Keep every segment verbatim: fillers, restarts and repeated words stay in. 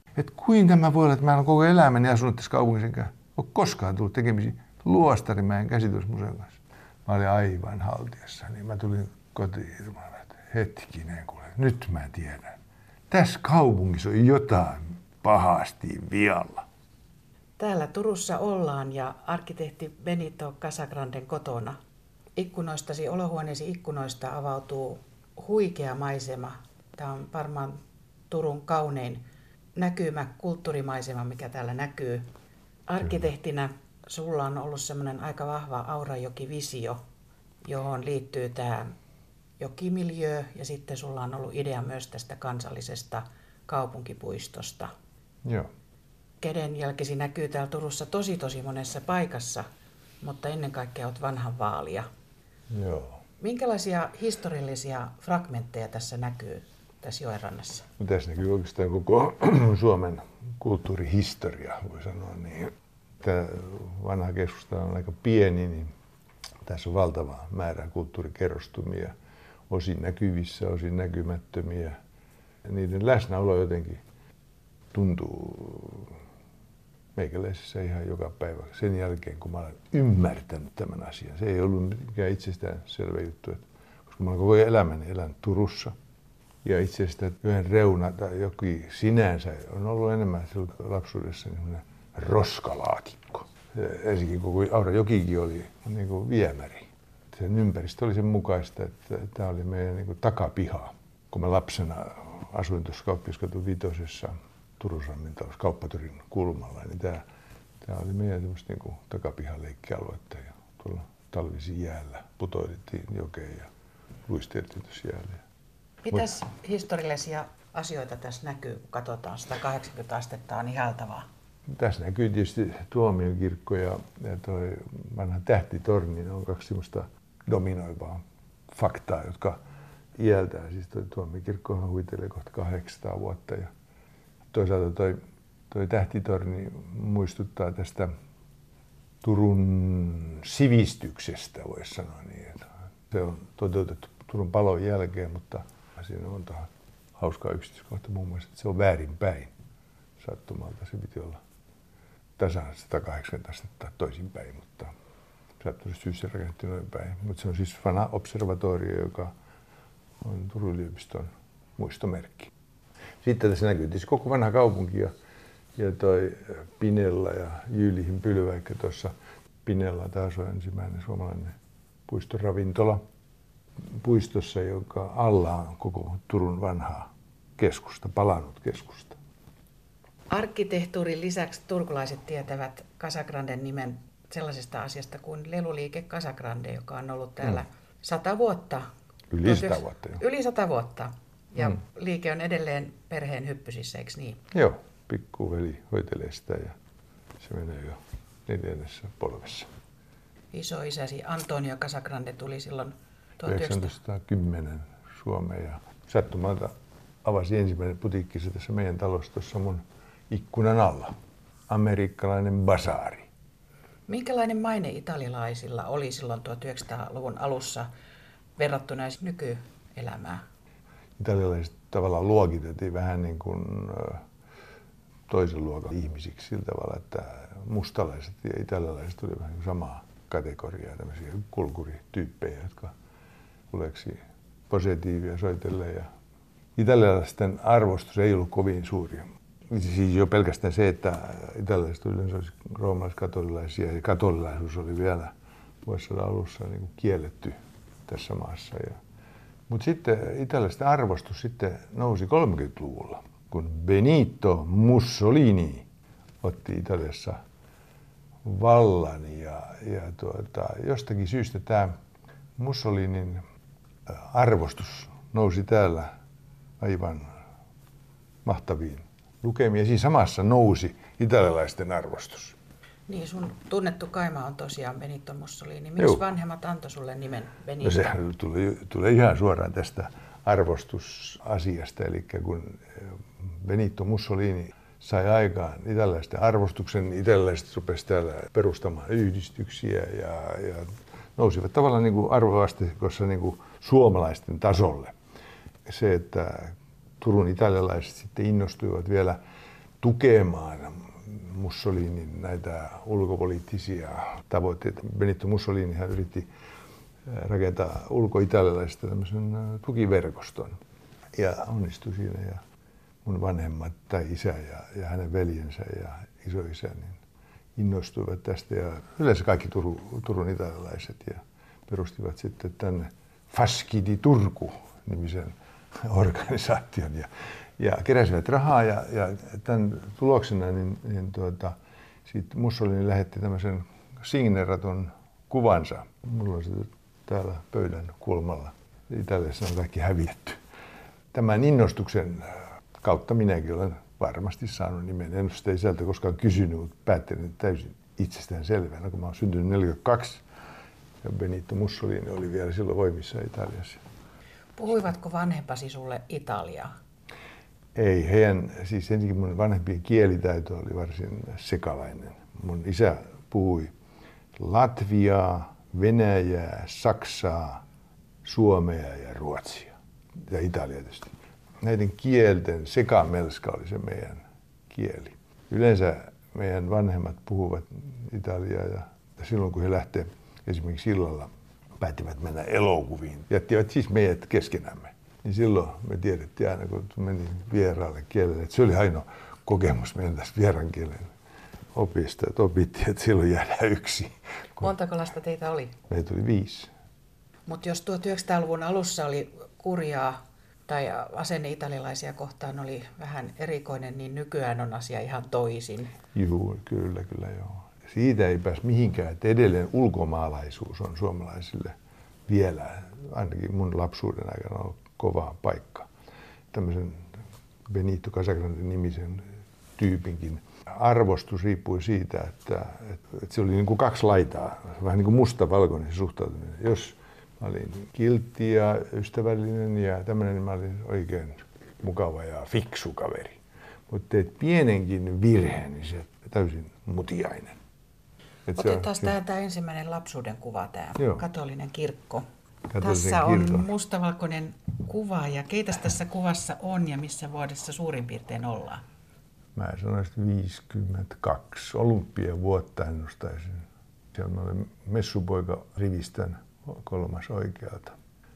Että kuinka mä voi olla, että mä olen koko elämäni asunut tässä kaupungissa, enkä ole koskaan tullut tekemisiin Luostarimäen käsitysmuseon kanssa. Mä olin aivan haltiassa, niin mä tulin kotiin ja mä olin, että hetkinen kuule, nyt mä tiedän. Tässä kaupungissa on jotain pahasti vialla. Täällä Turussa ollaan ja arkkitehti Benito Casagranden kotona. Ikkunoistasi, olohuoneesi ikkunoista avautuu huikea maisema. Tämä on varmaan Turun kaunein näkymä, kulttuurimaisema, mikä täällä näkyy. Arkkitehtinä sulla on ollut semmoinen aika vahva Aurajoki-visio, johon liittyy tämä jokimiljö ja sitten sulla on ollut idea myös tästä kansallisesta kaupunkipuistosta. Joo. Kädenjälkesi näkyy täällä Turussa tosi tosi monessa paikassa, mutta ennen kaikkea olet vanhan vaalia. Joo. Minkälaisia historiallisia fragmentteja tässä näkyy tässä joenrannassa? No, tässä näkyy oikeastaan koko Suomen kulttuurihistoria, voi sanoa niin. Tämä vanha keskusta on aika pieni, niin tässä on valtava määrä kulttuurikerrostumia, osin näkyvissä, osin näkymättömiä. Niiden läsnäolo jotenkin tuntuu meikäläisessä ihan joka päivä sen jälkeen, kun mä olen ymmärtänyt tämän asian. Se ei ollut mikään itsestään selvä juttu, että, koska mä olen koko elämäni elänyt Turussa. Ja itse asiassa yhden reuna tai jokin sinänsä on ollut enemmän lapsuudessa niin roskalaatikko. Ensinnäkin koko Aurajokikin oli niin kuin viemäri. Sen ympäristö oli sen mukaista, että tämä oli meidän niin kuin takapiha. Kun mä lapsena asuin tuossa Kauppiaskatu vitosessa Turun talossa Kauppatorin kulmalla, niin tämä, tämä oli meidän semmoista niin kuin takapihaleikkialuetta. Ja tuolla talvisin jäällä putoiltiin jokeen ja luisteltiin tuossa jäällä. Mitäs historiallisia asioita tässä näkyy, kun katsotaan sata kahdeksankymmentä astetta, on ihaltavaa? Tässä näkyy tietysti Tuomiokirkko ja, ja toi vanha tähtitorni, ne on kaksi semmoista dominoivaa faktaa, jotka iältään. Siis toi Tuomiokirkkohan huitelee kohta kahdeksansataa vuotta ja toisaalta toi, toi tähtitorni muistuttaa tästä Turun sivistyksestä, voisi sanoa niin. Se on toteutettu Turun palon jälkeen, mutta siinä on monta hauskaa yksityiskohta muun muassa, että se on väärinpäin sattumalta. Se piti olla tasan sata kahdeksankymmentä astetta toisinpäin, mutta sattuneesta syystä rakennettiin noin päin. Mutta se on siis vanha observatorio, joka on Turun yliopiston muistomerkki. Sitten tässä näkyy tietysti koko vanha kaupunki ja, ja toi Pinella ja Jyylihin pylväikkä tuossa. Pinella taas on ensimmäinen suomalainen puistoravintola puistossa, joka alla on koko Turun vanhaa keskusta, palannut keskusta. Arkkitehtuurin lisäksi turkulaiset tietävät Casagranden nimen sellaisesta asiasta kuin leluliike Casagrande, joka on ollut täällä mm. sata vuotta. Yli sata vuotta. Jo. Yli sata vuotta. Ja mm. liike on edelleen perheen hyppysissä, eikö niin? Joo, pikkuveli hoitelee sitä ja se menee jo neljännessä polvessa. Isoisäsi Antonio Casagrande tuli silloin tuhatyhdeksänsataakymmenen Suomeen ja sattumalta avasi ensimmäinen putiikkinsa tässä meidän talossa tuossa mun ikkunan alla. Amerikkalainen basaari. Minkälainen maine italialaisilla oli silloin tuhatyhdeksänsataaluvun alussa verrattuna nykyelämään? Italialaiset tavallaan luokitettiin vähän niin kuin toisen luokan ihmisiksi sillä tavalla, että mustalaiset ja italialaiset oli vähän samaa kategoriaa, tämmöisiä kulkurityyppejä, jotka kuleksi positiivia soitellen. Ja italialaisten arvostus ei ollut kovin suuri. Siis jo pelkästään se, että italialaiset yleensä olisi roomalaiskatolilaisia ja katolilaisuus oli vielä vuosisadan alussa niin kuin kielletty tässä maassa. Mutta sitten italialaisten arvostus sitten nousi kolmekymmentäluvulla, kun Benito Mussolini otti Italiassa vallan ja, ja tuota, jostakin syystä tämä Mussolinin arvostus nousi täällä aivan mahtaviin lukemiin. Siinä samassa nousi italialaisten arvostus. Niin, sun tunnettu kaima on tosiaan Benito Mussolini. Miksi vanhemmat antoi sulle nimen Benito? No se tulee, tulee ihan suoraan tästä arvostusasiasta. Eli kun Benito Mussolini sai aikaan italialaisten arvostuksen, italialaiset rupesivat täällä perustamaan yhdistyksiä ja, ja nousivat tavallaan niin kuin arvoasteikossa niin kuin suomalaisten tasolle. Se, että Turun italialaiset sitten innostuivat vielä tukemaan Mussolinin näitä ulkopoliittisia tavoitteita. Benito Mussolini hän yritti rakentaa ulko-italialaisista tämmöisen tukiverkoston ja onnistui siinä. Ja mun vanhemmat tai isä ja, ja hänen veljensä ja isoisä niin innostuivat tästä ja yleensä kaikki Turun, Turun italialaiset ja perustivat sitten tänne Fasci di Turku-nimisen organisaation ja, ja keräsivät rahaa ja, ja tämän tuloksena niin, niin tuota, sit Mussolini lähetti tämmöisen signeratun kuvansa. Mulla on se täällä pöydän kulmalla. Italiassa on kaikki hävietty. Tämän innostuksen kautta minäkin olen varmasti saanut nimen. En ole sitä isältä koskaan kysynyt, mutta päättänyt täysin itsestään selvänä, kun mä oon syntynyt neljäkymmentäkaksi ja Benito Mussolini oli vielä silloin voimissa Italiassa. Puhuivatko vanhempasi sulle italiaa? Ei, heidän, siis ensinnäkin mun vanhempien kielitaito oli varsin sekalainen. Mun isä puhui latviaa, venäjää, saksaa, suomea ja ruotsia ja italiaa tietysti. Näiden kielten sekamelska oli se meidän kieli. Yleensä meidän vanhemmat puhuvat italiaa ja silloin kun he lähtevät esimerkiksi illalla päättivät mennä elokuviin, jättivät siis meidät keskenämme. Niin silloin me tiedettiin aina, kun meni vieraalle kielelle, että se oli ainoa kokemus meidän tästä vieraan kielen opista, että opittiin, että silloin jäädään yksi. Montako lasta teitä oli? Meitä oli viisi. Mutta jos tuhatyhdeksänsataaluvun alussa oli kurjaa tai asenne italialaisia kohtaan oli vähän erikoinen, niin nykyään on asia ihan toisin. Joo, kyllä, kyllä joo. Siitä ei pääse mihinkään, että edelleen ulkomaalaisuus on suomalaisille vielä, ainakin mun lapsuuden aikana on kova paikka. Tämmöisen Benito Casagrande nimisen tyypinkin arvostus riippui siitä, että, että se oli niin kuin kaksi laitaa, vähän niin kuin musta-valkoinen suhtautuminen. Jos mä olin kiltti ja ystävällinen ja tämmöinen, niin mä olin oikein mukava ja fiksu kaveri. Mutta teet pienenkin virheen, niin se täysin mutiainen. Et otetaan on, tähän tämä ensimmäinen lapsuuden kuva, tämä joo. katolinen kirkko. Katolisen tässä kirkko. on mustavalkoinen kuva ja keitäs tässä kuvassa on ja missä vuodessa suurin piirtein ollaan? Mä sanoisin viisikymmentäkaksi. Olympiavuotta ennustaisin. Siellä mä olen messupoika rivistön kolmas oikealta.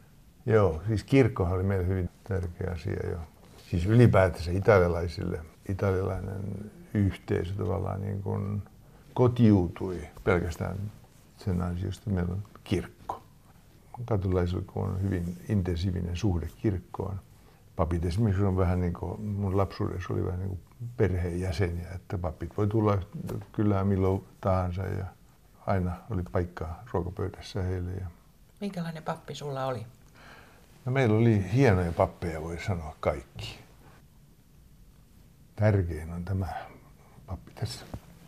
Joo, siis kirkkohan oli meille hyvin tärkeä asia jo. Siis ylipäätänsä italialaisille. Italialainen yhteisö tavallaan niin kuin kotiutui pelkästään sen ansiosta, meillä on kirkko. Katolilaisilla on hyvin intensiivinen suhde kirkkoon. Papit esimerkiksi on vähän niin kuin, mun lapsuudessa oli vähän niin kuin perheenjäseniä, että papit voi tulla kylään milloin tahansa ja aina oli paikkaa ruokapöydässä heille. Minkälainen pappi sulla oli? No, meillä oli hienoja pappeja, voi sanoa kaikki. Tärkein on tämä pappi tässä.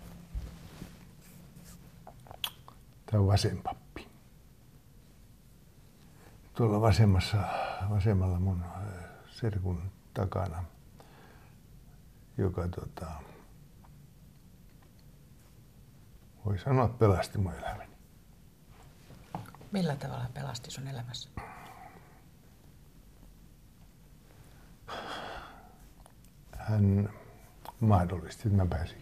Tämä on vasen pappi. Tuolla vasemmassa, vasemmalla mun serkun takana, joka tota, voi sanoa pelasti mun elämäni. Millä tavalla pelasti sun elämässä? Hän mahdollisti, että mä pääsin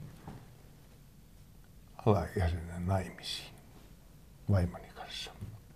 alaikäisenä naimisiin vaimoni kanssa.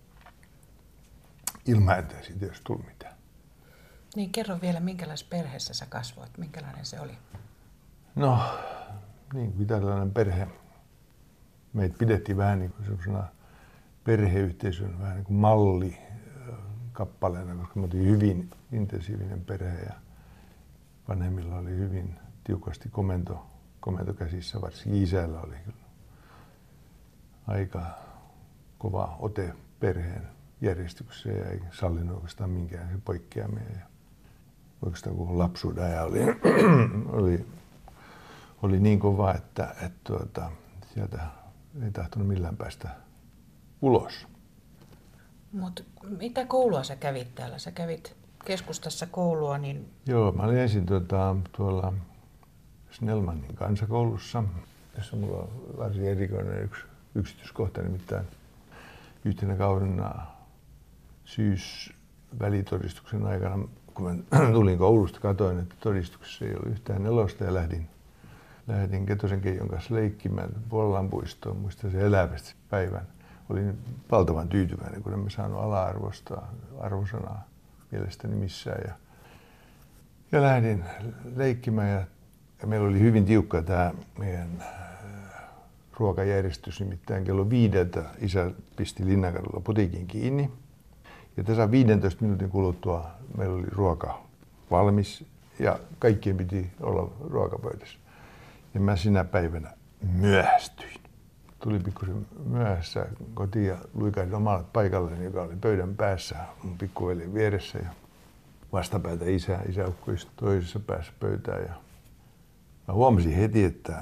Ilman, että siitä ei olisi tullut mitään. Niin kerro vielä, minkälaisessa perheessä sä kasvoit, minkälainen se oli? No, niin kuin tällainen perhe. Meitä pidettiin vähän niin kuin semmoisena perheyhteisön vähän niin kuin mallikappaleena, koska me oltiin hyvin intensiivinen perhe ja vanhemmilla oli hyvin tiukasti komento, komento käsissä, varsinkin isällä oli kyllä aika kova ote perheen järjestykseen ja ei sallinut oikeastaan minkään poikkeamia. Ja oikeastaan koko lapsuuden ajan oli, oli, oli niin kova, että, että tuota, sieltä ei tahtonut millään päästä ulos. Mut mitä koulua sä kävit täällä? Sä kävit keskustassa koulua, niin... Joo, mä olin ensin tuota, tuolla Snellmanin kansakoulussa, jossa mulla on varsin erikoinen yksi yksityiskohta, nimittäin yhtenä kaudena syysvälitodistuksen aikana, kun mä tulin koulusta, katsoin, että todistuksessa ei ollut yhtään nelosta ja lähdin lähdin Ketosen Keijon kanssa leikkimään Vollan puistoon. Muistan sen elävästi päivän. Olin valtavan tyytyväinen, kun emme saanut ala-arvostaa arvosanaa mielestäni missään. Ja, ja lähdin leikkimään ja, ja meillä oli hyvin tiukka tämä meidän ruokajärjestys, nimittäin kello viideltä isä pisti Linnankadulla putiikin kiinni. Ja tässä viidentoista minuutin kuluttua meillä oli ruoka valmis ja kaikkien piti olla ruokapöydässä. Ja mä sinä päivänä myöhästyin. Tuli pikkusen myöhässä kotiin ja luikahdin omalle paikalleni, joka oli pöydän päässä mun pikkuveljen vieressä. Ja vastapäätä isä, isäukko istui toisessa päässä pöytään. Ja mä huomasin heti, että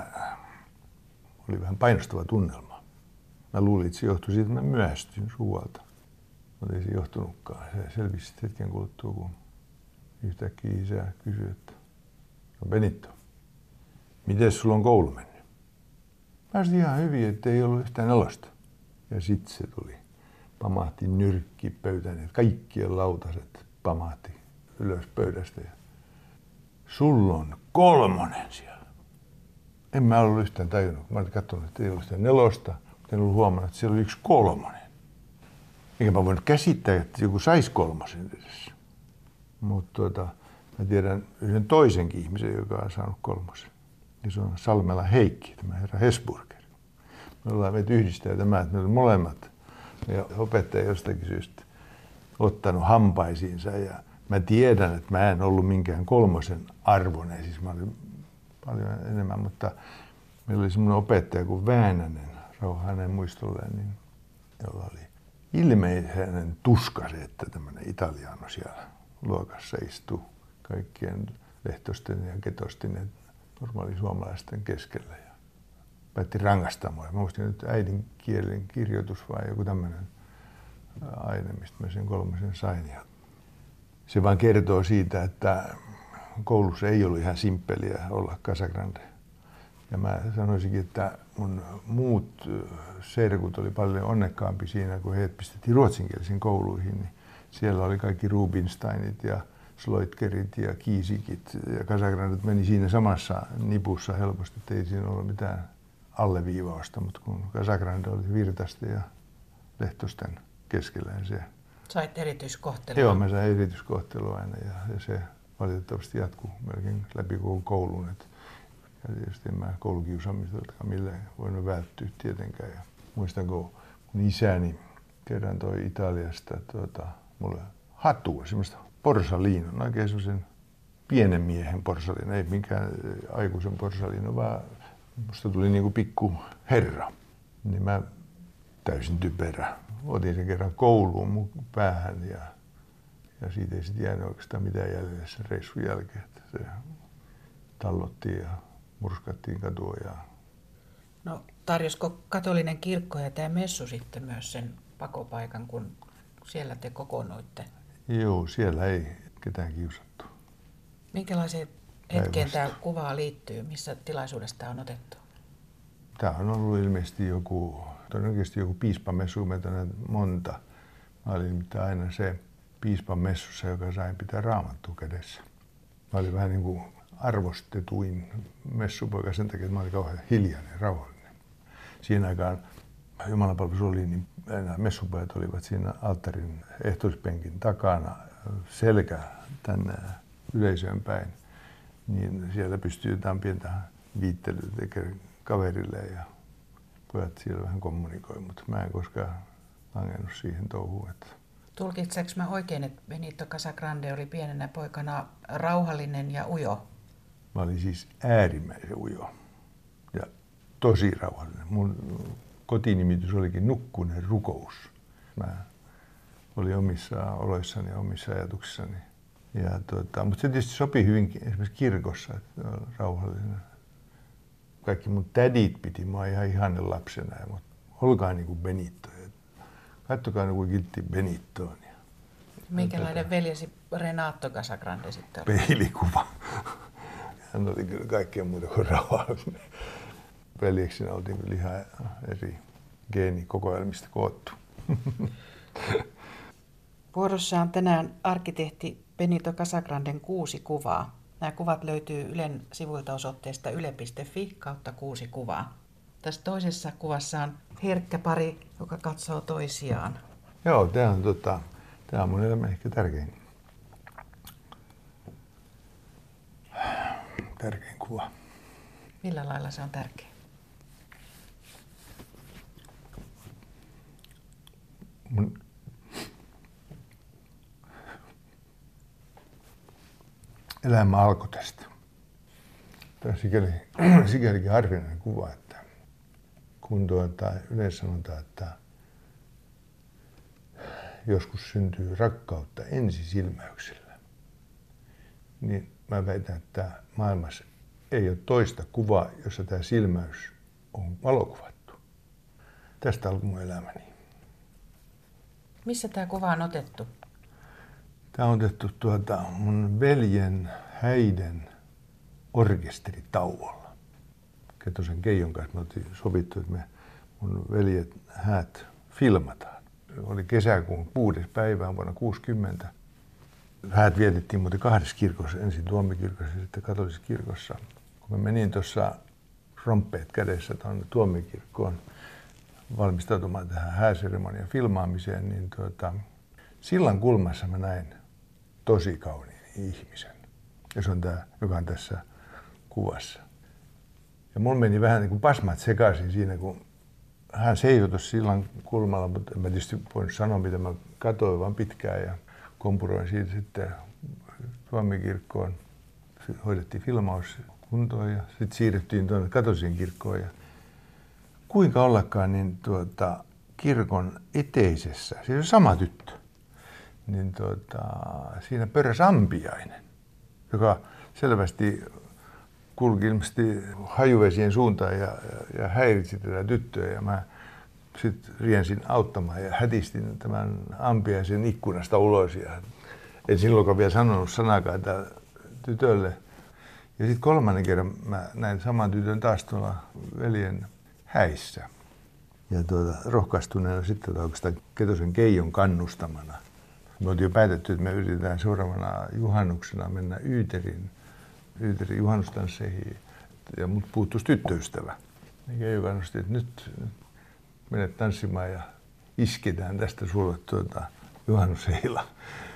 oli vähän painostava tunnelma. Mä luulin, että se johtui siitä, että mä myöhästyin ruoalta. Mutta ei se johtunutkaan. Se selvisi hetken kuluttua, kun yhtäkkiä isä kysyi, että no Benito, miten sulla on koulu mennyt? Mä olisin ihan hyvin, ettei ollut yhtään nelosta. Ja sitten se tuli. Pamahti nyrkki pöytään, että kaikkien lautaset pamahti ylös pöydästä. Ja sulla on kolmonen siellä. En mä ollut yhtään tajunnut. Mä olin katsonut, että ei ollut yhtään nelosta, mutta en ollut huomannut, että siellä oli yksi kolmonen. Eikä mä voinut käsittää, että joku saisi kolmosen edessä. Mutta tuota, mä tiedän yhden toisenkin ihmisen, joka on saanut kolmosen. Ja se on Salmela Heikki, tämä herra Hesburger. Me ollaan meitä yhdistää tämä, että me ollaan molemmat. Ja opettaja jostakin syystä ottanut hampaisiinsa. Ja mä tiedän, että mä en ollut minkään kolmosen arvoinen. Siis mä olin paljon enemmän, mutta meillä oli semmoinen opettaja kuin Väänänen, rauha hänen muistolleen, niin, jolla oli ilmeisen tuska se, että tämmöinen italiano siellä luokassa istuu kaikkien lehtosten ja ketosten ja normaali suomalaisten keskellä. Ja päätti rangaistaa mua. Mä muistin nyt äidinkielen kirjoitus vai joku tämmöinen aine, mistä mä sen kolmosen sain. Ja se vaan kertoo siitä, että koulussa ei ollut ihan simppeliä olla Casagrande. Ja mä sanoisinkin, että mun muut serkut oli paljon onnekkaampi siinä, kun heidät pistettiin ruotsinkielisiin kouluihin. Niin siellä oli kaikki Rubinsteinit ja Sloitkerit ja Kiisikit ja Casagrandet meni siinä samassa nipussa helposti, että ei siinä ollut mitään alleviivausta, mutta kun Casagrande oli Virtasta ja Lehtosten keskellä. Niin se... Sait erityiskohtelua? Joo, mä sain erityiskohtelua aina ja, ja se valitettavasti jatkuu melkein läpi koko koulun. Et, ja tietysti en mä koulukiusaamiseltakaan millään voinut välttyä tietenkään. Ja muistan, kun mun isäni kerran toi Italiasta tuota, mulle hattua, semmoista porsaliinon, oikein semmoisen pienen miehen porsaliinon, ei minkään aikuisen porsaliinon, vaan musta tuli niinku pikku herra. Niin mä täysin typerä. Otin sen kerran kouluun mun päähän ja, ja siitä ei sitten jäänyt oikeastaan mitään jäljellä sen reissun jälkeen. Että se tallottiin ja murskattiin katua. Ja... No tarjosko katolinen kirkko ja tämä messu sitten myös sen pakopaikan, kun siellä te kokoonnuitte? Joo, siellä ei ketään kiusattu. Minkälaiseen hetkeen tämä kuva liittyy? Missä tilaisuudessa tämä on otettu? Tämä on ollut ilmeisesti joku, todennäköisesti joku piispamessu, meitä on monta. Mä olin aina se piispan messussa, joka sai pitää raamattua kädessä. Mä olin vähän niin kuin arvostetuin messupoika sen takia, että mä olin kauhean hiljainen ja rauhallinen. Siinä aikaan jumalanpalvelus oli, niin nämä messupojat olivat siinä alttarin ehtoispenkin takana, selkä tänne yleisöön päin. Niin siellä pystyy jotain pientä viittelyä tekemään kaverille ja pojat siellä vähän kommunikoi, mutta mä en koskaan langennut siihen touhuun. Että... Tulkitseeko mä oikein, että Benito Casagrande oli pienenä poikana rauhallinen ja ujo? Mä olin siis äärimmäisen ujo ja tosi rauhallinen. Mun kotinimitys olikin Nukkunen rukous. Mä olin omissa oloissani ja omissa ajatuksissani. Ja tuota, mutta se tietysti sopii hyvin esimerkiksi kirkossa, että rauhallinen. Kaikki mun tädit piti mua ihan ihanen lapsena, mutta olkaa niin kuin Benito. Katsokaa niin kuin kiltti Benitoon. Minkälainen veljesi Renato Casagrande sitten oli? Peilikuva. Hän oli kyllä kaikkea muuta kuin rauhallinen. Veljeksinä oltiin kyllä ihan eri geenikokoelmista koottu. Vuorossa on tänään arkkitehti Benito Casagranden kuusi kuvaa. Nämä kuvat löytyy Ylen sivuilta osoitteesta yle piste fi kautta kuusi kuvaa. Tässä toisessa kuvassa on herkkä pari, joka katsoo toisiaan. Joo, tämä on, tota, tämä on mun elämän ehkä tärkein, tärkein kuva. Millä lailla se on tärkeä? Mun elämä alkoi tästä. Tämä on sikäli, sikälikin harvinainen kuva, että kun tuota, yleensä sanotaan, että joskus syntyy rakkautta ensisilmäyksellä, niin mä väitän, että maailmassa ei ole toista kuvaa, jossa tämä silmäys on valokuvattu. Tästä alkoi mun elämäni. Missä tämä kuva on otettu? Tämä on otettu tuota mun veljen häiden orkesteritauolla. Ketosen Keijon kanssa me oltiin sovittu, että me mun veljet häät filmataan. Oli kesäkuun kuudes päivä vuonna kuusikymmentä. Häät vietettiin muuten kahdessa kirkossa, ensin tuomikirkossa ja sitten katolisessa kirkossa. Kun mä menin tuossa romppeet kädessä tuonne tuomikirkkoon valmistautumaan tähän hääseremonian filmaamiseen, niin tuota, sillan kulmassa mä näin tosi kauniin ihmisen. Ja se on tämä, joka on tässä kuvassa. Ja mulla meni vähän niin kuin pasmat sekaisin siinä, kun hän seisoi tuossa sillan kulmalla, mutta en mä tietysti voinut sanoa, mitä mä katsoin vaan pitkään ja kompuroin siitä sitten tuomikirkkoon. Hoidettiin filmaus kuntoon ja sitten siirryttiin tuonne katolisen kirkkoon. Ja kuinka ollakaan, niin tuota, kirkon eteisessä, siis on sama tyttö, niin tuota, siinä pörräsi ampiainen, joka selvästi kulki ilmeisesti hajuvesien suuntaan ja, ja, ja häiritsi tätä tyttöä. Ja mä sitten riensin auttamaan ja hätistin tämän ampiaisen ikkunasta ulos. Ja en silloinkaan vielä sanonut sanakaan tälle tytölle. Ja sitten kolmannen kerran mä näin saman tytön taas tuolla veljen häissä. Ja tuota, rohkaistuneena sitten oikeastaan Ketosen Keijon kannustamana. Me oltiin jo päätetty, että me yritetään seuraavana juhannuksena mennä Yyterin, Yyterin juhannustansseihin. Ja mut puuttuisi tyttöystävä. Ja Keijo kannusti, että nyt, nyt menet tanssimaan ja isketään tästä sulle tuota juhannusheila.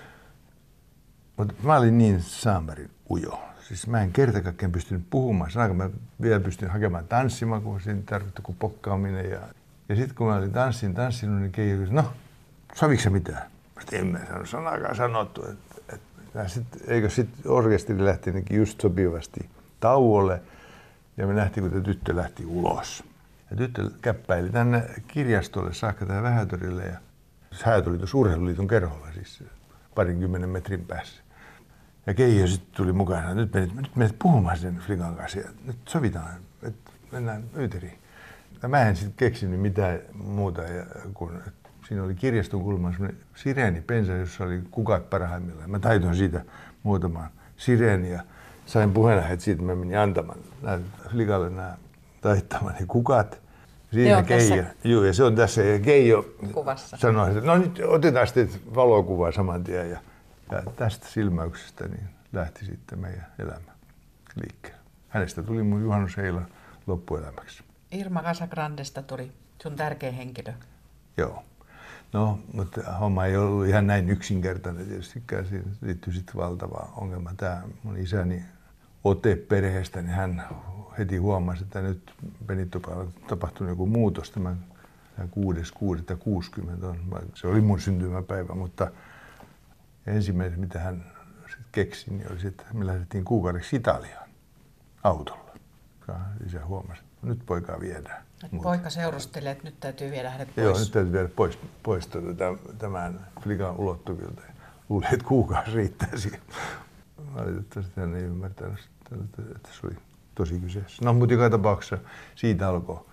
Mutta mä olin niin saamarin ujo. Siis mä en kerta kaikkiaan pystynyt puhumaan. Sanakaan mä vielä pystyn hakemaan tanssimaan, kun siinä tarvittu kuin pokkaaminen. Ja, ja sitten kun mä olin tanssin, tanssinut, niin Keijo kysyi, no, soviks sä mitään? Mä en mä sano sanakaan sanottu. Et, et, sit, eikö sitten orkesteri lähti just sopivasti tauolle. Ja me nähtiin, kun tyttö lähti ulos. Ja tyttö käppäili tänne kirjastolle saakka tähän Vähätorille. Ja hän tuli tuossa Urheiluliiton kerholla, siis parinkymmenen metrin päässä. Ja Keijo sitten tuli mukaan, nyt menet, nyt menet puhumaan sen flikan kanssa ja nyt sovitaan, että mennään Yyteriin. Ja mä en sitten keksinyt mitään muuta, ja kun siinä oli kirjaston kulmassa semmoinen sireenipensa, jossa oli kukat parhaimmillaan. Mä taitoin siitä muutaman sireeni ja sain puheenaiheet siitä, mä menin antamaan näille flikalle nämä taittamani kukat. Siinä Keijo, juu, ja se on tässä, ja Keijo kuvassa sanoi, että no nyt otetaan sitten valokuvaa saman tien. Ja, ja tästä silmäyksestä niin lähti sitten meidän elämä liikkeelle. Hänestä tuli mun juhannusheila loppuelämäksi. Irma Casagrandesta tuli sun tärkeä henkilö. Joo. No, mutta homma ei ollut ihan näin yksinkertainen tietystikään. Siihen liittyy sitten valtava ongelma. Tämä mun isäni ote perheestä, niin hän heti huomasi, että nyt Benitopalla on tapahtunut joku muutos. Tämä kuudes kuudetta kuusikymmentä on. Se oli mun syntymäpäivä, mutta ensimmäinen, mitä hän keksi, niin oli se, että me lähdettiin kuukaudeksi Italiaan autolla. Isä huomasi, että nyt poikaa viedään. Poika seurustelee, että nyt täytyy viedä hänet pois. Joo, nyt täytyy viedä pois, pois tuota, tämän flikan ulottuvilta. Luulin, että kuukausi riittää siihen. Valitettavasti hän ei ymmärtänyt, että se oli tosi kyseessä. No, mutta joka tapauksessa siitä alkoi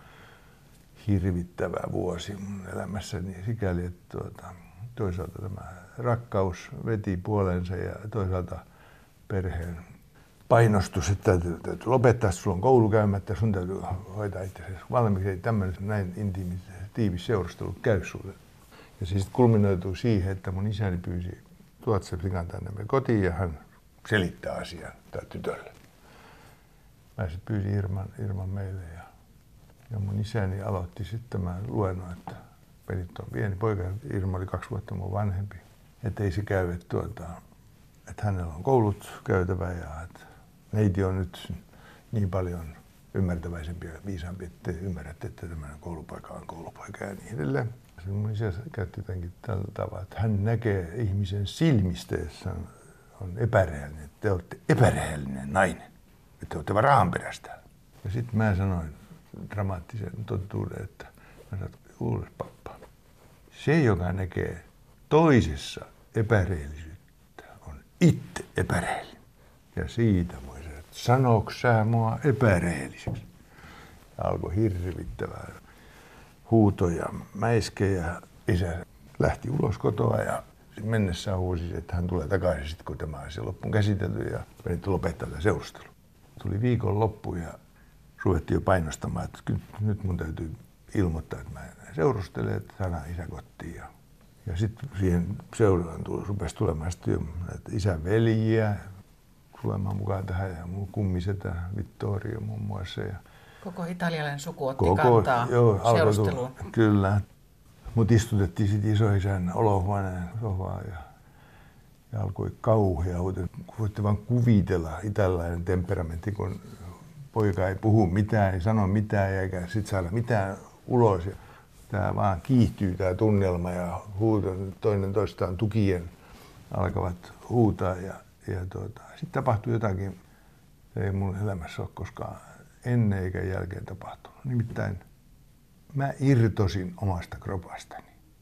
hirvittävä vuosi mun elämässäni sikäli, että tuota, toisaalta tämä rakkaus veti puolensa ja toisaalta perheen painostus, että täytyy, täytyy lopettaa, sulla on koulu käymättä, sun täytyy hoitaa itseäsi valmiiksi. Ei tämmöinen näin intiimis, tiivis seurustelu käy sulle. Ja se sitten kulminoituu siihen, että mun isäni pyysi Tuotse flikan tänne me kotiin ja hän selittää asian tälle tytölle. Mä sitten pyysin Irman, Irman meille ja, ja mun isäni aloitti sitten tämän luennon, että Benito on pieni poika, Irma oli kaksi vuotta mun vanhempi. Että ei se käy, että, tuota, että hänellä on koulut käytävä ja että neiti on nyt niin paljon ymmärtäväisempi ja viisaampi, että ymmärrätte, että tämmöinen koulupaikka on koulupaikka ja niin edelleen. Se mun isä käytti jotenkin tällä tavalla, että hän näkee ihmisen silmistä, jossa on, on epärehellinen. Te olette epärehellinen nainen. Te olette vaan rahanperästä. Ja sitten mä sanoin dramaattisen totuuden, että mä sanoin, kuules pappa, se joka näkee toisessa epärehellisyyttä on itse epärehellinen. Ja siitä voi sanoa, että sanoks sä mua epärehelliseksi? Ja alkoi hirvittävää huutoja, mäiskejä. Isä lähti ulos kotoa ja mennessään huusi, että hän tulee takaisin sitten, kun tämä asia loppuun käsitelty ja Benito lopettaa tämän seurustelun. Tuli viikon loppu ja ruvettiin jo painostamaan, että nyt mun täytyy ilmoittaa, että mä en seurustele, että saadaan isä kotiin. Ja, ja sitten siihen seuraan tuli, rupesi tulemaan sitten jo isän veljiä tulemaan mukaan tähän ja mun kummisetä Vittorio muun muassa. Ja koko italialainen suku otti koko, kantaa joo, seurusteluun. Tulla, kyllä. Mut istutettiin sitten isoisän olohuoneen sohvaan ja, ja alkoi kauhea huuto. Voitte vaan kuvitella italialainen temperamentti, kun poika ei puhu mitään, ei sano mitään eikä sit saada mitään ulos. Ja tää vaan kiihtyy tää tunnelma ja huuto, toinen toistaan tukien alkavat huutaa. Ja, ja tuota, sitten tapahtui jotakin, se ei mun elämässä ole koskaan ennen eikä jälkeen tapahtunut. Nimittäin mä irtosin omasta kropastani.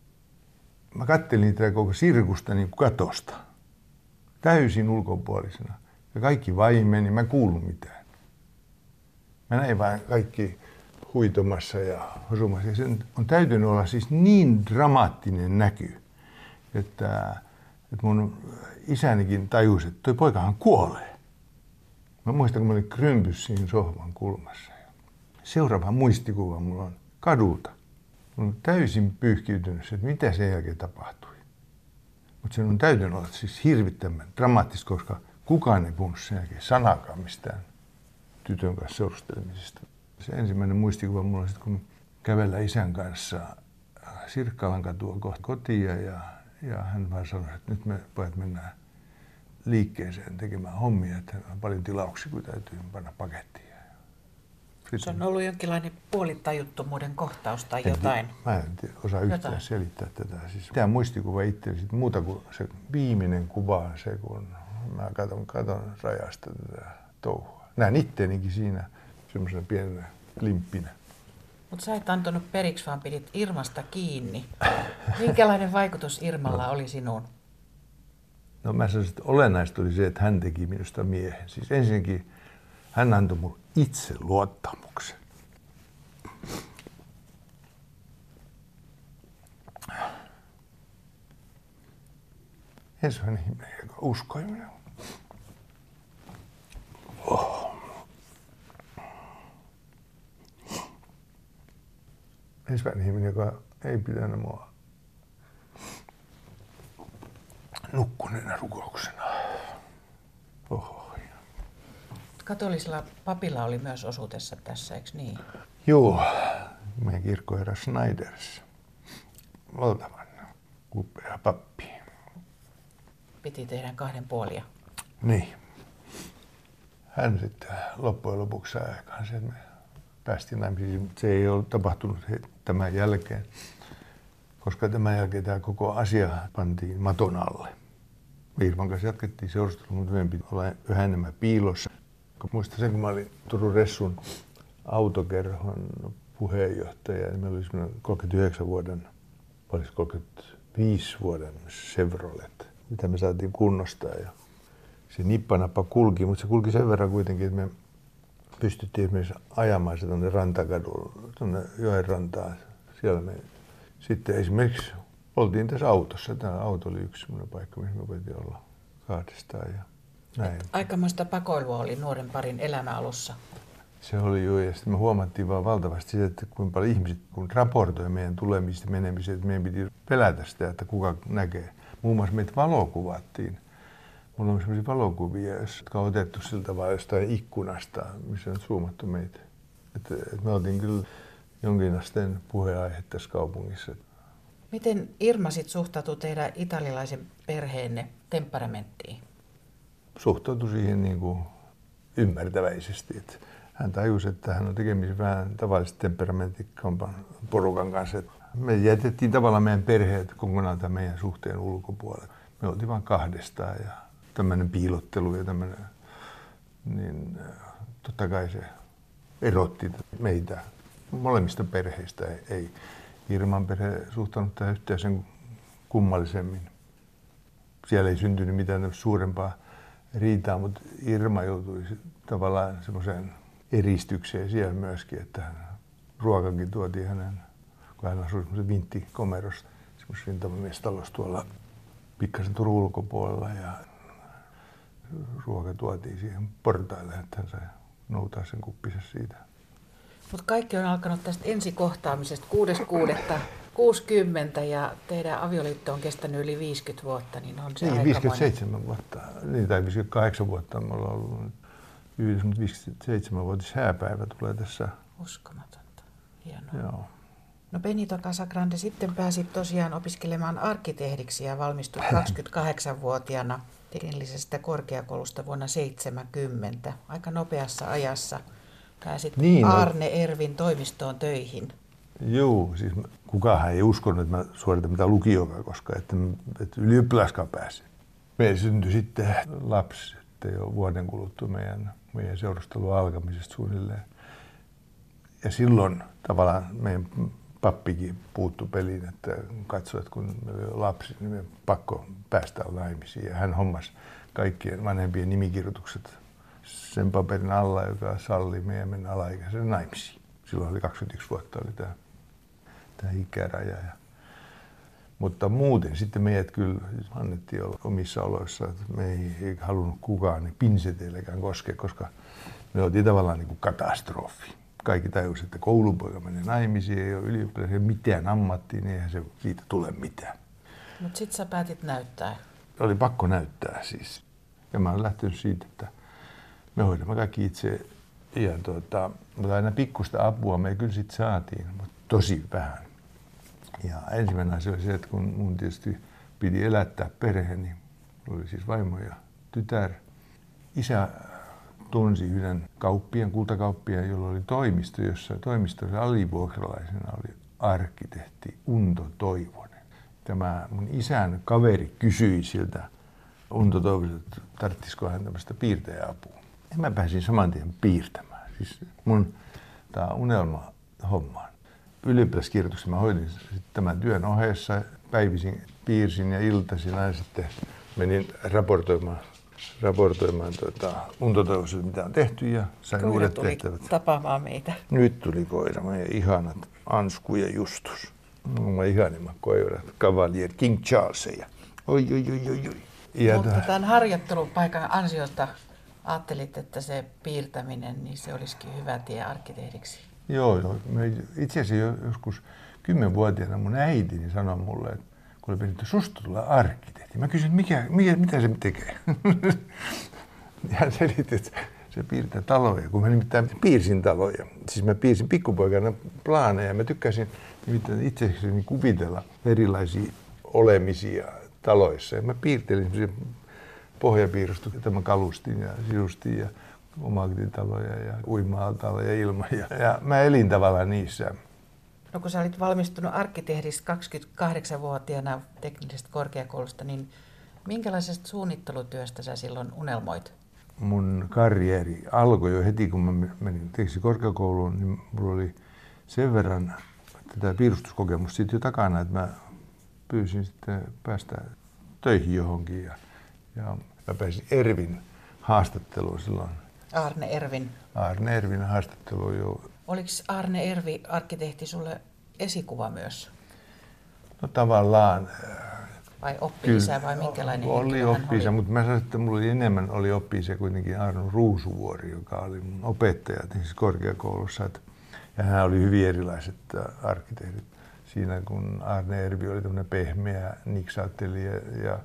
Mä kattelin tätä koko sirkusta niin kuin katosta, täysin ulkopuolisena. Ja kaikki vaimeni, mä en kuullut mitään. Mä näin vaan kaikki huitomassa ja hosumassa. Ja sen on täytynyt olla siis niin dramaattinen näky, että, että mun isänikin tajusi, että toi poikahan kuolee. Mä muistan, kun mä olin krympys siinä sohvan kulmassa. Seuraava muistikuva mulla on kadulta. Mä olen täysin pyyhkiytynyt, että mitä sen jälkeen tapahtui. Mutta sen on täytynyt olla siis hirvittävän dramaattista, koska kukaan ei puhunut sen jälkeen sanakaan mistään tytön kanssa seurustelemisesta. Se ensimmäinen muistikuva mulla on sitten, kun kävellä isän kanssa Sirkkalan katua kohti kotiin ja, ja hän vaan sanoi, että nyt me pojat mennään liikkeeseen tekemään hommia, että on paljon tilauksia, kun täytyy panna pakettiin. Sitten se on ollut jonkinlainen puolitajuttomuuden kohtaus tai en, jotain. Mä en tiedä, osaa yhtään jotain. selittää tätä. Siis tämä muistikuva itselle sit muuta kuin se viimeinen kuva, se kun mä katon, katon rajasta tätä touhua. Näen itteenikin siinä semmoisena pienenä limppinä. Mutta sä et antanut periksi, vaan pidit Irmasta kiinni. Minkälainen vaikutus Irmalla no. oli sinuun? No mä sanoisin, että olennaista oli se, että hän teki minusta miehen. Siis ensinnäkin hän antoi mun itse luottamuksen. Ensimmäinen ihminen, joka uskoi minuun. Oh. Ensimmäinen ihminen, joka ei pitänyt mua nukkuneena rukouksena. Oho. Katolisella papilla oli myös osuutessa tässä, eikö niin? Joo, meidän kirkkoherra Schneiders. Valtavan upea pappi. Piti tehdä kahden puolia. Niin. Hän sitten loppujen lopuksi sai aikaan sen, että me päästiin naimisiin. Se ei ole tapahtunut tämän jälkeen, koska tämän jälkeen tämä koko asia pantiin maton alle. Irman kanssa jatkettiin seurustelua, mutta meidän piti olla yhä enemmän piilossa. Muistan sen, kun mä olin Turun Ressun autokerhon puheenjohtaja, niin meillä oli semmoinen kolmekymmentäyhdeksän vuoden, oliko kolmekymmentäviisi vuoden Chevrolet, mitä me saatiin kunnostaa. Ja se nippanappa kulki, mutta se kulki sen verran kuitenkin, että me pystyttiin esimerkiksi ajamaan se tuonne rantakadulle, tuonne joen rantaan. Siellä me sitten esimerkiksi oltiin tässä autossa. Tämä auto oli yksi semmoinen paikka, missä me voitiin olla kahdestaan. Ja näin. Aikamoista pakoilua oli nuoren parin elämä alussa. Se oli jo, ja sitten me huomattiin vaan valtavasti sitä, että kuinka paljon ihmiset kun raportoi meidän tulemista ja menemistä, että meidän piti pelätä sitä, että kuka näkee. Muun muassa meitä valokuvattiin Mulla on sellaisia valokuvia, jotka on otettu sillä tavalla jostain ikkunasta, missä on zoomattu meitä. Et, et me oltiin kyllä jonkinasteen puheenaihe tässä kaupungissa. Miten Irma sit suhtautui teidän italialaisen perheenne temperamenttiin? Suhtautui siihen niin kuin ymmärtäväisesti. Et hän tajusi, että hän on tekemisissä vähän tavallisesti temperamentikkampan porukan kanssa. Et me jätettiin tavallaan meidän perheet kokonaan tämän meidän suhteen ulkopuolelle. Me oltiin vain kahdestaan ja tämmöinen piilottelu ja tämmöinen, niin totta kai se erotti meitä molemmista perheistä. Ei Irman perhe suhtautunut tähän yhtään sen kummallisemmin. Siellä ei syntynyt mitään suurempaa riitaa, mutta Irma joutui tavallaan semmoiseen eristykseen siellä myöskin, että ruokakin tuotiin hänen, kun hän asui semmoisen vinttikomerossa, semmoisessa rintamamiestalossa tuolla pikkasen Turun ulkopuolella ja ruoka tuotiin siihen portaille, että hän sai noutaa sen kuppisen siitä. Mutta kaikki on alkanut tästä ensikohtaamisesta kuudes kuudetta kuusikymmentä ja teidän avioliitto on kestänyt yli viisikymmentä vuotta, niin on se niin, aikamoinen. viisikymmentäseitsemän vuotta, niin, tai viisikymmentäkahdeksan vuotta me ollaan ollut yhdessä, mutta viisikymmentäseitsemänvuotis hääpäivä tulee tässä. Uskomatonta, hienoa. Joo. No Benito Casagrande, sitten pääsit tosiaan opiskelemaan arkkitehdiksi ja valmistut kaksikymmentäkahdeksanvuotiaana teknillisestä korkeakoulusta vuonna seitsemänkymmentä. Aika nopeassa ajassa pääsit niin, Arne Ervin toimistoon töihin. Joo, siis kukaan ei uskonut, että mä suoritan mitään lukioa, koska että, että ylioppilaskaan pääsin. Meillä syntyi sitten lapsi sitten jo vuoden kuluttua meidän, meidän seurustelun alkamisesta suunnilleen. Ja silloin tavallaan meidän pappikin puuttui peliin, että katsoi, että kun meillä oli lapsi, niin meidän pakko päästä naimisiin. Ja hän hommasi kaikkien vanhempien nimikirjoitukset sen paperin alla, joka salli meidän mennä alaikäisen naimisiin. Silloin oli kaksikymmentäyksi vuotta oli tämä, tämä ikäraja. Mutta muuten sitten meidät kyllä annettiin olla omissa oloissa, että me ei, ei halunnut kukaan niin pinseteilläkään koskea, koska me oltiin tavallaan niin kuin katastrofi. Kaikki tajusivat, että koulupoika menee naimisiin, ei ole ylioppilaisia mitään ammattia, niin eihän se siitä tule mitään. Mutta sitten sä päätit näyttää. Oli pakko näyttää siis. Ja mä olen lähtenyt siitä, että me hoidamme kaikki itse. Ja tuota, mutta aina pikkusta apua me kyllä sitten saatiin, mutta tosi vähän. Ja ensimmäinen asia oli se, että kun mun tietysti piti elättää perhe, niin oli siis vaimo ja tytär. Isä tunsi yhden kauppiaan, kultakauppiaan, jolla oli toimisto, jossa toimistossa alivuokralaisena oli arkkitehti Unto Toivonen. Tämä mun isän kaveri kysyi siltä Unto Toivoselta, että tarvitsisiko hän tämmöistä piirtäjäapua. Ja mä pääsin saman tien piirtämään. Siis mun tää unelma hommaan. Ylioppilaskirjoituksen mä hoidin tämän työn ohessa. Päivisin piirsin ja iltaisin aina sitten menin raportoimaan, raportoimaan tuota, Unto Toivoselle, mitä on tehty ja sain Koira uudet tuli tehtävät. tapaamaan meitä. Nyt tuli koira, meidän ihanat Ansku ja Justus. Mä ihanimmat koirat, Cavalier, King Charles ja oi, oi, oi, oi, oi. Ja Mutta tämän harjoittelupaikan ansiosta ajattelit, että se piirtäminen, niin se olisikin hyvä tie arkkitehdiksi. Joo, joo. Itse asiassa joskus kymmenvuotiaana mun äitini sanoi mulle, että kun oli piirretty, susta tulee arkkitehti. Mä kysyin, mikä, mikä, mitä se tekee? Ja hän selitti, että se piirtää taloja, kun mä nimittäin piirsin taloja. Siis mä piirsin pikkupoikana plaaneja. Mä tykkäsin nimittäin itsekseni kuvitella erilaisia olemisia taloissa. Ja mä piirtelin semmoisia pohjapiirustuksia, että mä kalustin ja sisustin ja omakotitaloja ja uima-altaloja ja ilmoja. Ja mä elin tavallaan niissä. No kun sä olit valmistunut arkkitehdistä kaksikymmentäkahdeksanvuotiaana teknisestä korkeakoulusta, niin minkälaisesta suunnittelutyöstä sä silloin unelmoit? Mun karjeri alkoi jo heti, kun mä menin tekniseen korkeakouluun, niin mulla oli sen verran tätä piirustuskokemusta siitä jo takana, että mä pyysin sitten päästä töihin johonkin. Ja, ja mä pääsin Ervin haastatteluun silloin. Arne Ervin. Arne Ervin haastatteluun jo. Oliko Arne Ervi arkkitehti sulle esikuva myös? No tavallaan. Vai oppi-isä vai minkälainen oli oppi-isä, mutta mä sanoin, että mulla oli enemmän oli oppi-isä kuitenkin Arno Ruusuvuori, joka oli mun opettaja siis korkeakoulussa. Että, ja hän oli hyvin erilaiset arkkitehdit. Siinä kun Arne Ervi oli tämmöinen pehmeä, niksaattelija ja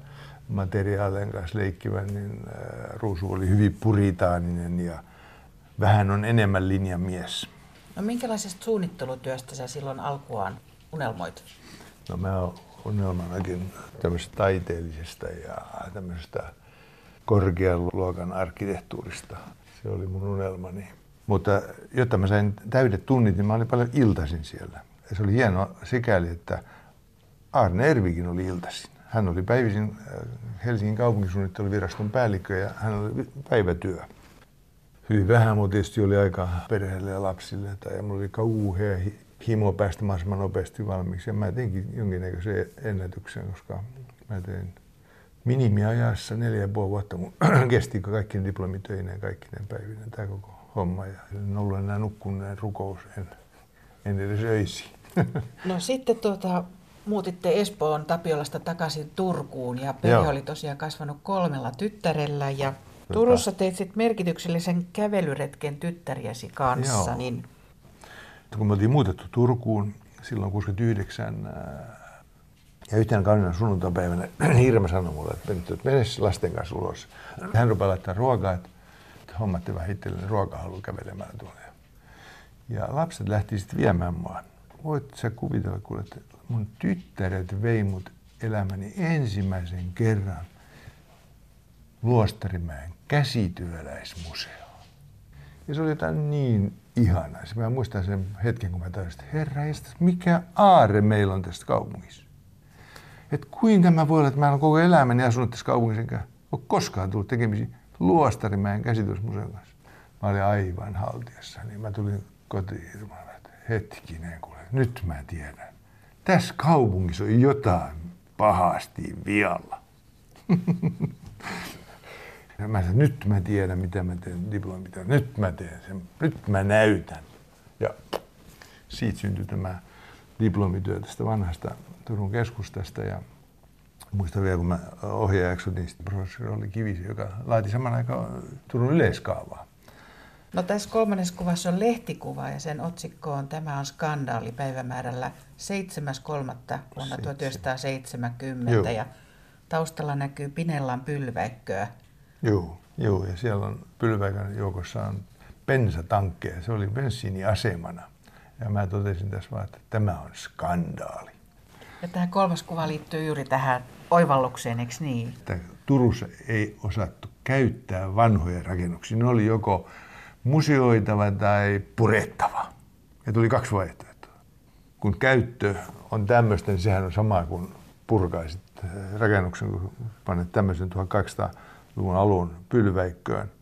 materiaalien kanssa leikkivän, niin Ruusu oli hyvin puritaaninen ja vähän on enemmän linjamies. No minkälaisesta suunnittelutyöstä sä silloin alkuaan unelmoit? No mä oon unelmanakin tämmöisestä taiteellisesta ja tämmöisestä korkean luokan arkkitehtuurista. Se oli mun unelmani. Mutta jotta mä sain täydet tunnit, niin mä olin paljon iltaisin siellä. Ja se oli hienoa sikäli, että Arne Ervikin oli iltaisin. Hän oli päivisin Helsingin kaupunkisuunnitteluviraston päällikkö ja hän oli päivätyö. Hyvin vähän mulla tietysti oli aikaa perheelle ja lapsille. Ja mulla oli kauhea himo päästä mahdollisimman nopeasti valmiiksi. Ja mä teinkin jonkinnäköisen ennätyksen, koska mä tein minimiajassa neljä ja puoli vuotta. Mun kesti kaikki diplomitöineen, kaikki ne päivineen, tää koko homma. Ja en ollut enää nukkuneen rukous, en, en edes öisi. No sitten tuota, muutitte Espoon Tapiolasta takaisin Turkuun ja perhe Joo. oli tosiaan kasvanut kolmella tyttärellä ja Turussa teit sitten merkityksellisen kävelyretken tyttäriäsi kanssa. Joo. Niin... Kun me oltiin muutettu Turkuun silloin kuusikymmentäyhdeksän ja yhtenä kauniina sunnuntaipäivänä Irma sanoi mulle, että mene lasten kanssa ulos. Hän rupesi laittaa ruokaa, että hommatte vähän itselleni ruokahalua kävelemään tuolla. Ja lapset lähti sitten viemään mua. Voit sä kuvitella, kuule, että mun tyttäret vei mut elämäni ensimmäisen kerran Luostarimäen käsityöläismuseoon. Ja se oli jotain niin ihanaa. Mä muistan sen hetken, kun mä tajusin, että herra, mikä aarre meillä on tästä kaupungissa. Että kuinka mä voi olla, että mä olen koko elämäni asunut tässä kaupungissa, enkä ole koskaan tullut tekemisiin Luostarimäen käsityöläismuseon kanssa. Mä olin aivan haltiassa, niin mä tulin kotiin Irmalle, että hetkinen, kuule, nyt mä tiedän. Tässä kaupungissa on jotain pahasti vialla. Ja mä sanoin, nyt mä tiedän, mitä mä teen diplomityötä. Nyt mä teen sen. Nyt mä näytän. Ja siitä syntyi tämä diplomityö tästä vanhasta Turun keskustasta. Ja muistan vielä, kun mä ohjaajaksi otin professori Olli Kivisen, joka laati saman aikaan Turun yleiskaavaa. No tässä kolmannessa kuvassa on lehtikuva ja sen otsikko on Tämä on skandaali päivämäärällä seitsemäs kolmatta vuonna tuhatyhdeksänsataaseitsemänkymmentä. Joo. Ja taustalla näkyy Pinellan pylväikköä. Joo, joo, ja siellä on pylväikön joukossa on bensatankkeja. Se oli bensiiniasemana. Ja mä totesin tässä vaan, että tämä on skandaali. Ja tämä kolmas kuva liittyy juuri tähän oivallukseen, eikö niin? Että Turussa ei osattu käyttää vanhoja rakennuksia. Ne oli joko museoitava tai purettava. Ja tuli kaksi vaihtoehtoa. Kun käyttö on tämmöistä, niin sehän on sama kuin purkaisit rakennuksen, kun panet tämmöisen tuhatkahdeksansataaluvun alun pylväikköön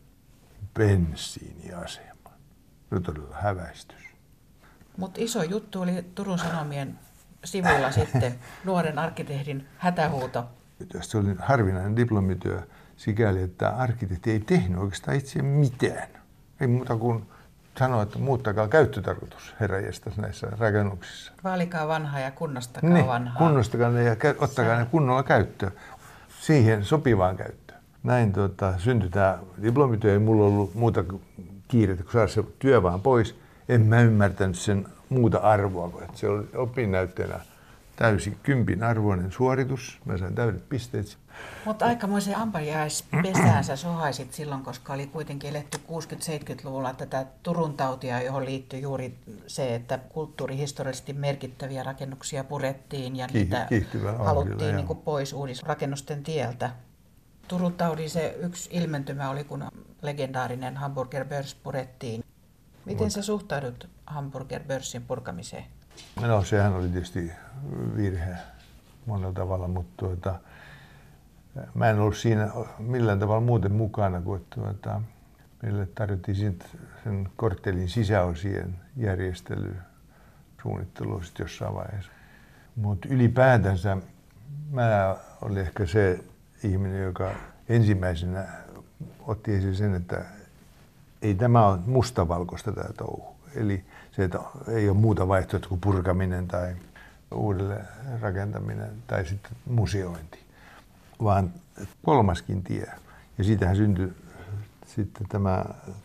bensiiniasemaan. Se on todella häväistys. Mutta iso juttu oli Turun Sanomien sivuilla sitten nuoren arkkitehdin hätähuuto. Se oli harvinainen diplomityö sikäli, että arkkitehti ei tehnyt oikeastaan itse mitään. Ei muuta kuin sanoa, että muuttakaa käyttötarkoitus herranjestas näissä rakennuksissa. Vaalikaa vanhaa ja kunnostakaa niin, vanhaa. Kunnostakaa ne ja ottakaa ne kunnolla käyttöön. Siihen sopivaan käyttöön. Näin tota, syntyi tämä diplomityö. Ei mulla ollut muuta kiirettä, kun saada se työ vaan pois. En mä ymmärtänyt sen muuta arvoa, kun se oli opinnäytteenä täysin kympin arvoinen suoritus. Mä sain täydet pisteet. Mutta aikamoisen ampariaispesään sä sohaisit silloin, koska oli kuitenkin eletty kuusikymmentä-seitsemänkymmentäluvulla tätä Turun tautia, johon liittyi juuri se, että kulttuurihistoriallisesti merkittäviä rakennuksia purettiin ja niitä haluttiin niin kuin pois uudisrakennusten tieltä. Turun taudin se yksi ilmentymä oli, kun legendaarinen Hamburger Börs purettiin. Miten Mut. sä suhtaudut Hamburger Börsin purkamiseen? No sehän oli tietysti virhe monella tavalla, mutta tuota, mä en ollut siinä millään tavalla muuten mukana, kun tuota, meille tarjottiin sen korttelin sisäosien järjestelyä, suunnittelua sitten jossain vaiheessa. Mutta ylipäätänsä mä olin ehkä se ihminen, joka ensimmäisenä otti esille sen, että ei tämä ole mustavalkoista tämä touhu. Eli se, että ei ole muuta vaihtoehtoa kuin purkaminen tai uudelleen rakentaminen tai sitten museointi, vaan kolmaskin tie. Ja siitähän syntyi sitten tämä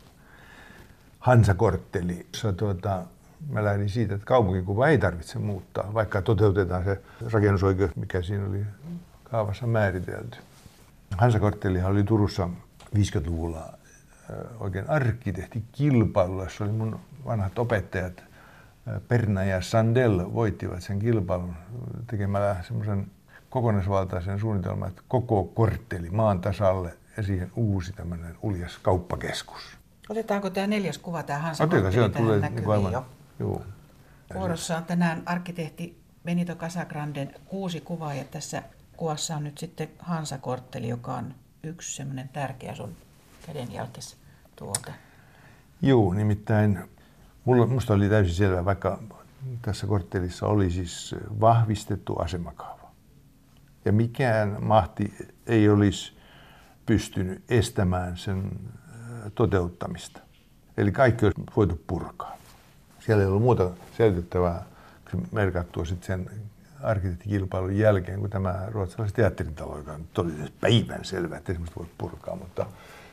Hansakortteli, jossa tuota, mä lähdin siitä, että kaupunkikuva ei tarvitse muuttaa, vaikka toteutetaan se rakennusoikeus, mikä siinä oli kaavassa määritelty. Hansakorttelihan oli Turussa viisikymmentäluvulla oikein arkkitehtikilpailu, jossa oli mun vanhat opettajat Perna ja Sandel voittivat sen kilpailun tekemällä semmoisen kokonaisvaltaisen suunnitelman, että koko kortteli maan tasalle ja siihen uusi tämmöinen uljas kauppakeskus. Otetaanko tämä neljäs kuva, tämä Hansakortteli, tähän näkyviin jo? Joo. Vuorossa on tänään arkkitehti Benito Casagranden kuusi kuvaa ja tässä kuvassa on nyt sitten Hansakortteli, joka on yksi semmoinen tärkeä sun kädenjälkes tuota. Joo, nimittäin mulla, musta oli täysin selvää, vaikka tässä korttelissa oli siis vahvistettu asemakaava. Ja mikään mahti ei olisi pystynyt estämään sen toteuttamista. Eli kaikki olisi voitu purkaa. Siellä ei ollut muuta selitettävää merkattua sitten sen arkkitehtikilpailun jälkeen, kun tämä ruotsalaisen teatteritalo, joka nyt oli päivän selvä, että esimerkiksi voi purkaa, mutta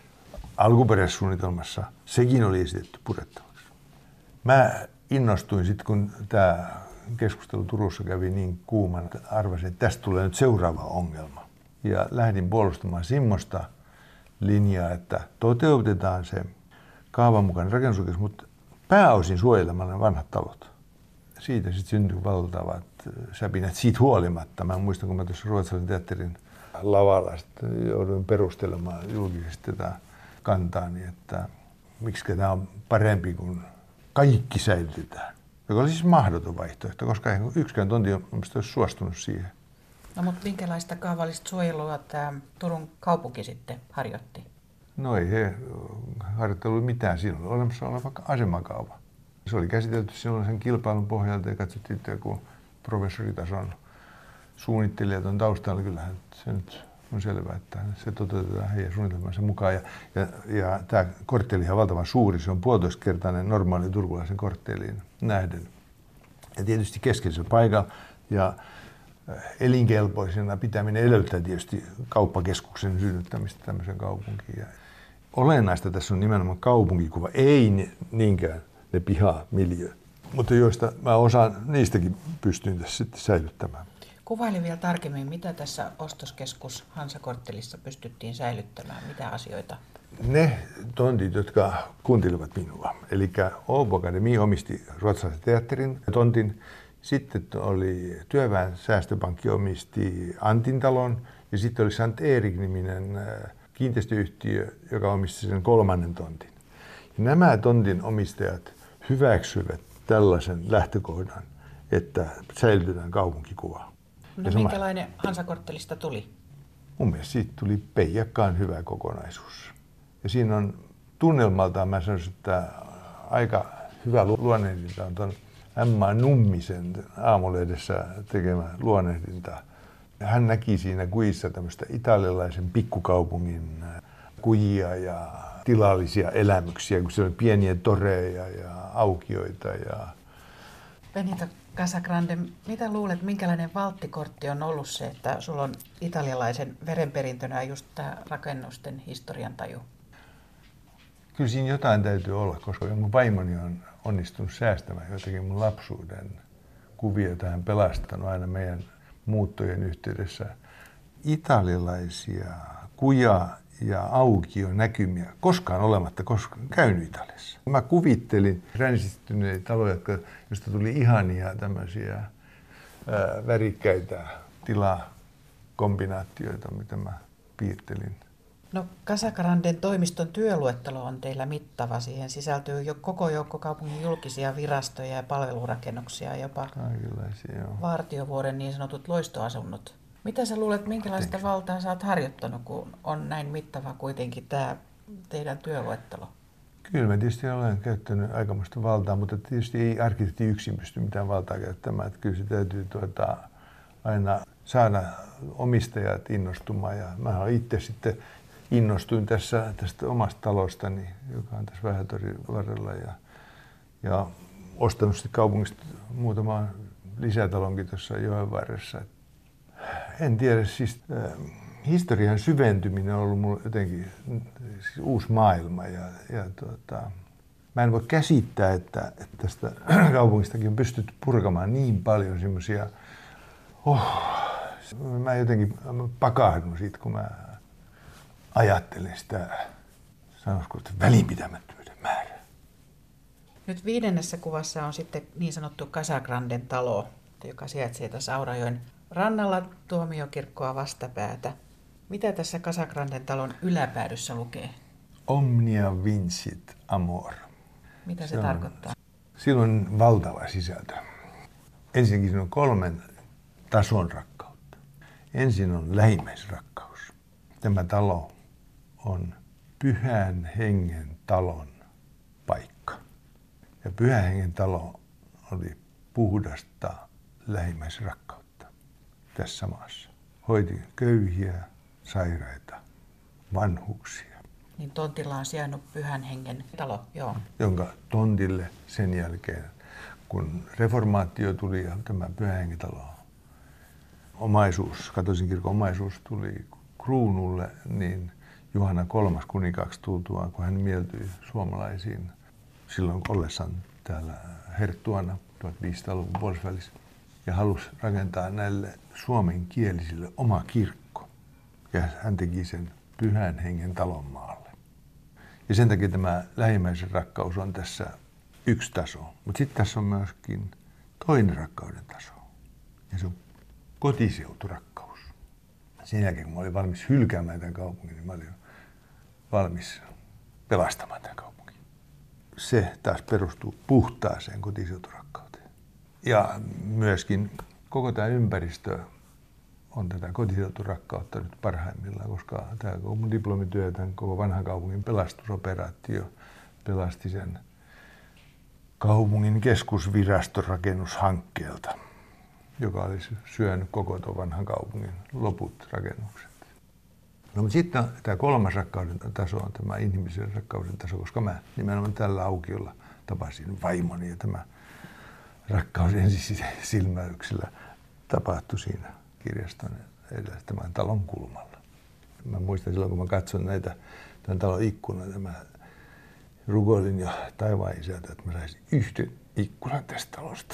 alkuperäissuunnitelmassa sekin oli esitetty purettavaksi. Mä innostuin sitten, kun tämä keskustelu Turussa kävi niin kuuman, että arvasin, että tästä tulee nyt seuraava ongelma. Ja lähdin puolustamaan semmoista linjaa, että toteutetaan se kaavan mukainen rakennusoikeus, mutta pääosin suojelemalla ne vanhat talot. Siitä sitten syntyi valtavat säpinät siitä huolimatta. Mä muistan, kun mä tuossa ruotsalaisen teatterin lavalla jouduin perustelemaan julkisesti tätä kantaani, että miksi tämä on parempi kuin kaikki säilytetään. Joka oli siis mahdoton vaihtoehto, koska ei yksikään tonti olisi suostunut siihen. No mutta minkälaista kaavallista suojelua tämä Turun kaupunki sitten harjoitti? No ei he harjoittelu mitään. Siinä oli olemassa oleva asemakaava. Se oli käsitelty silloin sen kilpailun pohjalta ja katsottiin, että joku professoritason suunnittelijat on taustalla. Kyllähän se nyt on selvää, että se toteutetaan heidän suunnitelmansa mukaan. Ja, ja, ja tämä korttelihan on valtavan suuri. Se on puolitoistakertainen normaali turkulaisen kortteliin nähden. Ja tietysti keskeisellä paikalla ja elinkelpoisena pitäminen edellyttää tietysti kauppakeskuksen synnyttämistä tämmöisen kaupunkiin. Ja olennaista tässä on nimenomaan kaupunkikuva, ei niinkään ne pihamiljööt, mutta joista mä osaan, niistäkin pystyin tässä sitten säilyttämään. Kuvaile vielä tarkemmin, mitä tässä ostoskeskus Hansakorttelissa pystyttiin säilyttämään, mitä asioita? Ne tontit, jotka kuuntelivat minua, eli Åbo Akademi omisti ruotsalaisen teatterin tontin, sitten oli Työväen säästöpankki omisti Antin talon ja sitten oli Sant Erik-niminen kiinteistöyhtiö, joka omisti sen kolmannen tontin. Ja nämä tontin omistajat hyväksyivät tällaisen lähtökohdan, että säilytetään kaupunkikuva. No ja minkälainen sama... Hansakorttelista tuli? Mun mielestä siitä tuli peijakkaan hyvä kokonaisuus. Ja siinä on tunnelmaltaan, mä sanoisin, että aika hyvä luonnehdinta on tuon Emma Nummisen aamulehdessä tekemä luonnehdinta. Hän näki siinä kujissa tämmöistä italialaisen pikkukaupungin kujia ja tilallisia elämyksiä, kun siellä oli pieniä toreja ja aukioita. Ja... Benito Casagrande, mitä luulet, minkälainen valttikortti on ollut se, että sulla on italialaisen verenperintönä just tämä rakennusten historian taju? Kyllä siinä jotain täytyy olla, koska mun vaimoni on onnistunut säästämään jotenkin mun lapsuuden kuvia, joita hän pelastanut aina meidän muuttojen yhteydessä. Italialaisia kuja- ja aukionäkymiä, koskaan olematta koskaan käynyt Italiassa. Mä kuvittelin ränsistyneitä taloja, joista tuli ihania tämmöisiä ää, värikkäitä tilakombinaatioita, mitä mä piirtelin. No Casagranden toimiston työluettelo on teillä mittava. Siihen sisältyy jo koko joukko kaupungin julkisia virastoja ja palvelurakennuksia, jopa Vartiovuoren niin sanotut loistoasunnot. Mitä sä luulet, minkälaista Tein. valtaa sä oot harjoittanut, kun on näin mittava kuitenkin tämä teidän työluettelo? Kyllä mä tietysti olen käyttänyt aikamoista valtaa, mutta tietysti ei arkkitehti yksin pysty mitään valtaa käyttämään. Että kyllä se täytyy tuota, aina saada omistajat innostumaan ja mä olen itse sitten innostuin tässä tästä omasta talostani, joka on tässä Vähätorin varrella ja, ja ostanut sitten kaupungista muutaman lisätalonkin tuossa joen varressa. En tiedä, siis äh, historian syventyminen on ollut mulle jotenkin siis uusi maailma ja, ja tuota, mä en voi käsittää, että, että tästä kaupungistakin on pystytty purkamaan niin paljon semmoisia, oh, mä jotenkin pakahdun siitä, kun mä ajattelen sitä, sanoisiko, että välinpitämättömyyden määrää. Nyt viidennessä kuvassa on sitten niin sanottu Casagranden talo, joka sijaitsee tässä Aurajoen rannalla tuomiokirkkoa vastapäätä. Mitä tässä Casagranden talon yläpäädyssä lukee? Omnia vincit amor. Mitä se, se tarkoittaa? Sillä on valtava sisältö. Ensinnäkin siinä on kolmen tason rakkautta. Ensin on lähimmäisrakkaus. Tämä talo on Pyhän Hengen talon paikka. Ja Pyhän Hengen talo oli puhdasta lähimmäisrakkautta tässä maassa. Hoiti köyhiä, sairaita, vanhuksia. Niin tontilla on sijainnut Pyhän Hengen talo, joo. Jonka tontille sen jälkeen, kun reformaatio tuli ja tämä Pyhän Hengen talo, omaisuus, katolisen kirkon omaisuus tuli kruunulle, niin Juhana kolmas kuninkaaksi tultuaan, kun hän mieltyi suomalaisiin silloin ollessaan täällä herttuana tuhatviisisataaluvun puolivälissä ja halusi rakentaa näille suomenkielisille oma kirkko. Ja hän teki sen Pyhän Hengen talon maalle. Ja sen takia tämä lähimmäisen rakkaus on tässä yksi taso. Mutta sitten tässä on myöskin toinen rakkauden taso. Ja se on kotiseuturakkaus. Sen jälkeen, kun mä olin valmis hylkäämään tämän kaupungin, niin mä olin valmis pelastamaan tämän kaupungin. Se taas perustuu puhtaaseen kotiseuturakkauteen. Ja myöskin koko tämä ympäristö on tätä kotiseuturakkautta nyt parhaimmillaan, koska tämä mun diplomityö, tämän koko vanhan kaupungin pelastusoperaatio pelasti sen kaupungin keskusvirastorakennushankkeelta, joka olisi syönyt koko tuon vanhan kaupungin loput rakennukset. No, mutta sitten tämä kolmas rakkauden taso on tämä inhimillisen rakkauden taso, koska mä nimenomaan tällä aukiolla tapasin vaimoni ja tämä rakkaus ensisilmäyksellä tapahtui siinä kirjaston edellä tämän talon kulmalla. Mä muistan silloin, kun mä katson näitä tämän talon ikkunoita, mä rukoilin jo taivaan isältä, että mä saisin yhden ikkunan tästä talosta.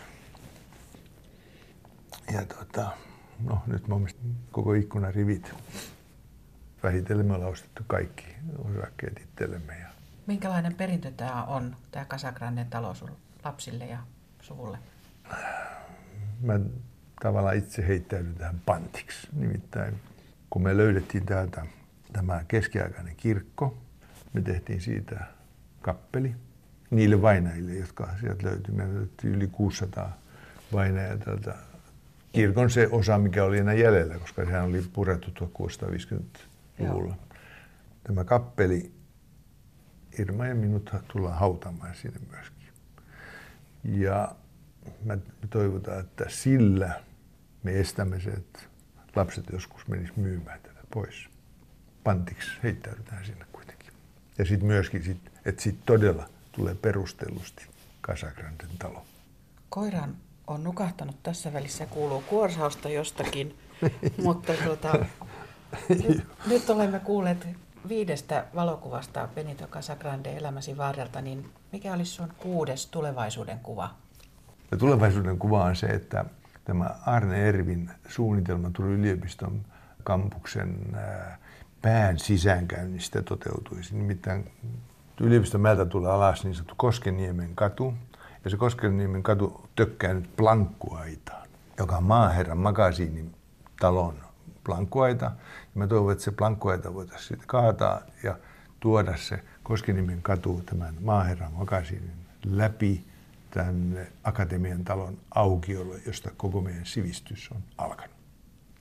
Ja tota, no nyt mä omistan koko ikkunan rivit. Vähitellen me ollaan ostettu kaikki osakkeet itsellemme. Ja minkälainen perintö tämä on, tämä Casagranden talo sun lapsille ja suvulle? Mä tavallaan itse heittäydyn tähän pantiksi. Nimittäin kun me löydettiin täältä tämä keskiaikainen kirkko, me tehtiin siitä kappeli niille vainajille, jotka sieltä löytyi. Me löytyi yli kuusisataa vainajaa tältä kirkon se osa, mikä oli enää jäljellä, koska sehän oli purettu tuhatkuusisataaviisikymmentäluvulla. Joo. Tämä kappeli, Irma ja minut tullaan hautaamaan sinne myöskin. Ja me toivotaan, että sillä me estämme se, että lapset joskus menis myymään tätä pois. Pantiksi heittäydytään sinne kuitenkin. Ja sitten myöskin, sit, että siitä todella tulee perustellusti Casagranden talo. Koiran on nukahtanut tässä välissä, kuuluu kuorsausta jostakin, mutta tuota, nyt, nyt olemme kuulleet viidestä valokuvasta Benito Casagrande elämäsi varrelta, niin mikä olisi sun kuudes tulevaisuuden kuva? Ja tulevaisuuden kuva on se, että tämä Arne Ervin suunnitelma Turun yliopiston kampuksen pään sisäänkäynnistä toteutuisi. Nimittäin yliopiston mäeltä tulee alas niin sanottu Koskenniemen katu, ja se Koskenniemen katu tökkää nyt plankkuaitaan, joka on maaherran makasiinin talon plankkuaita. Ja mä toivon, että se plankkuaita voitaisiin sitten kaataa ja tuoda se Koskenniemen katu tämän maaherran makasiinin läpi tänne Akatemian talon aukiolle, josta koko meidän sivistys on alkanut.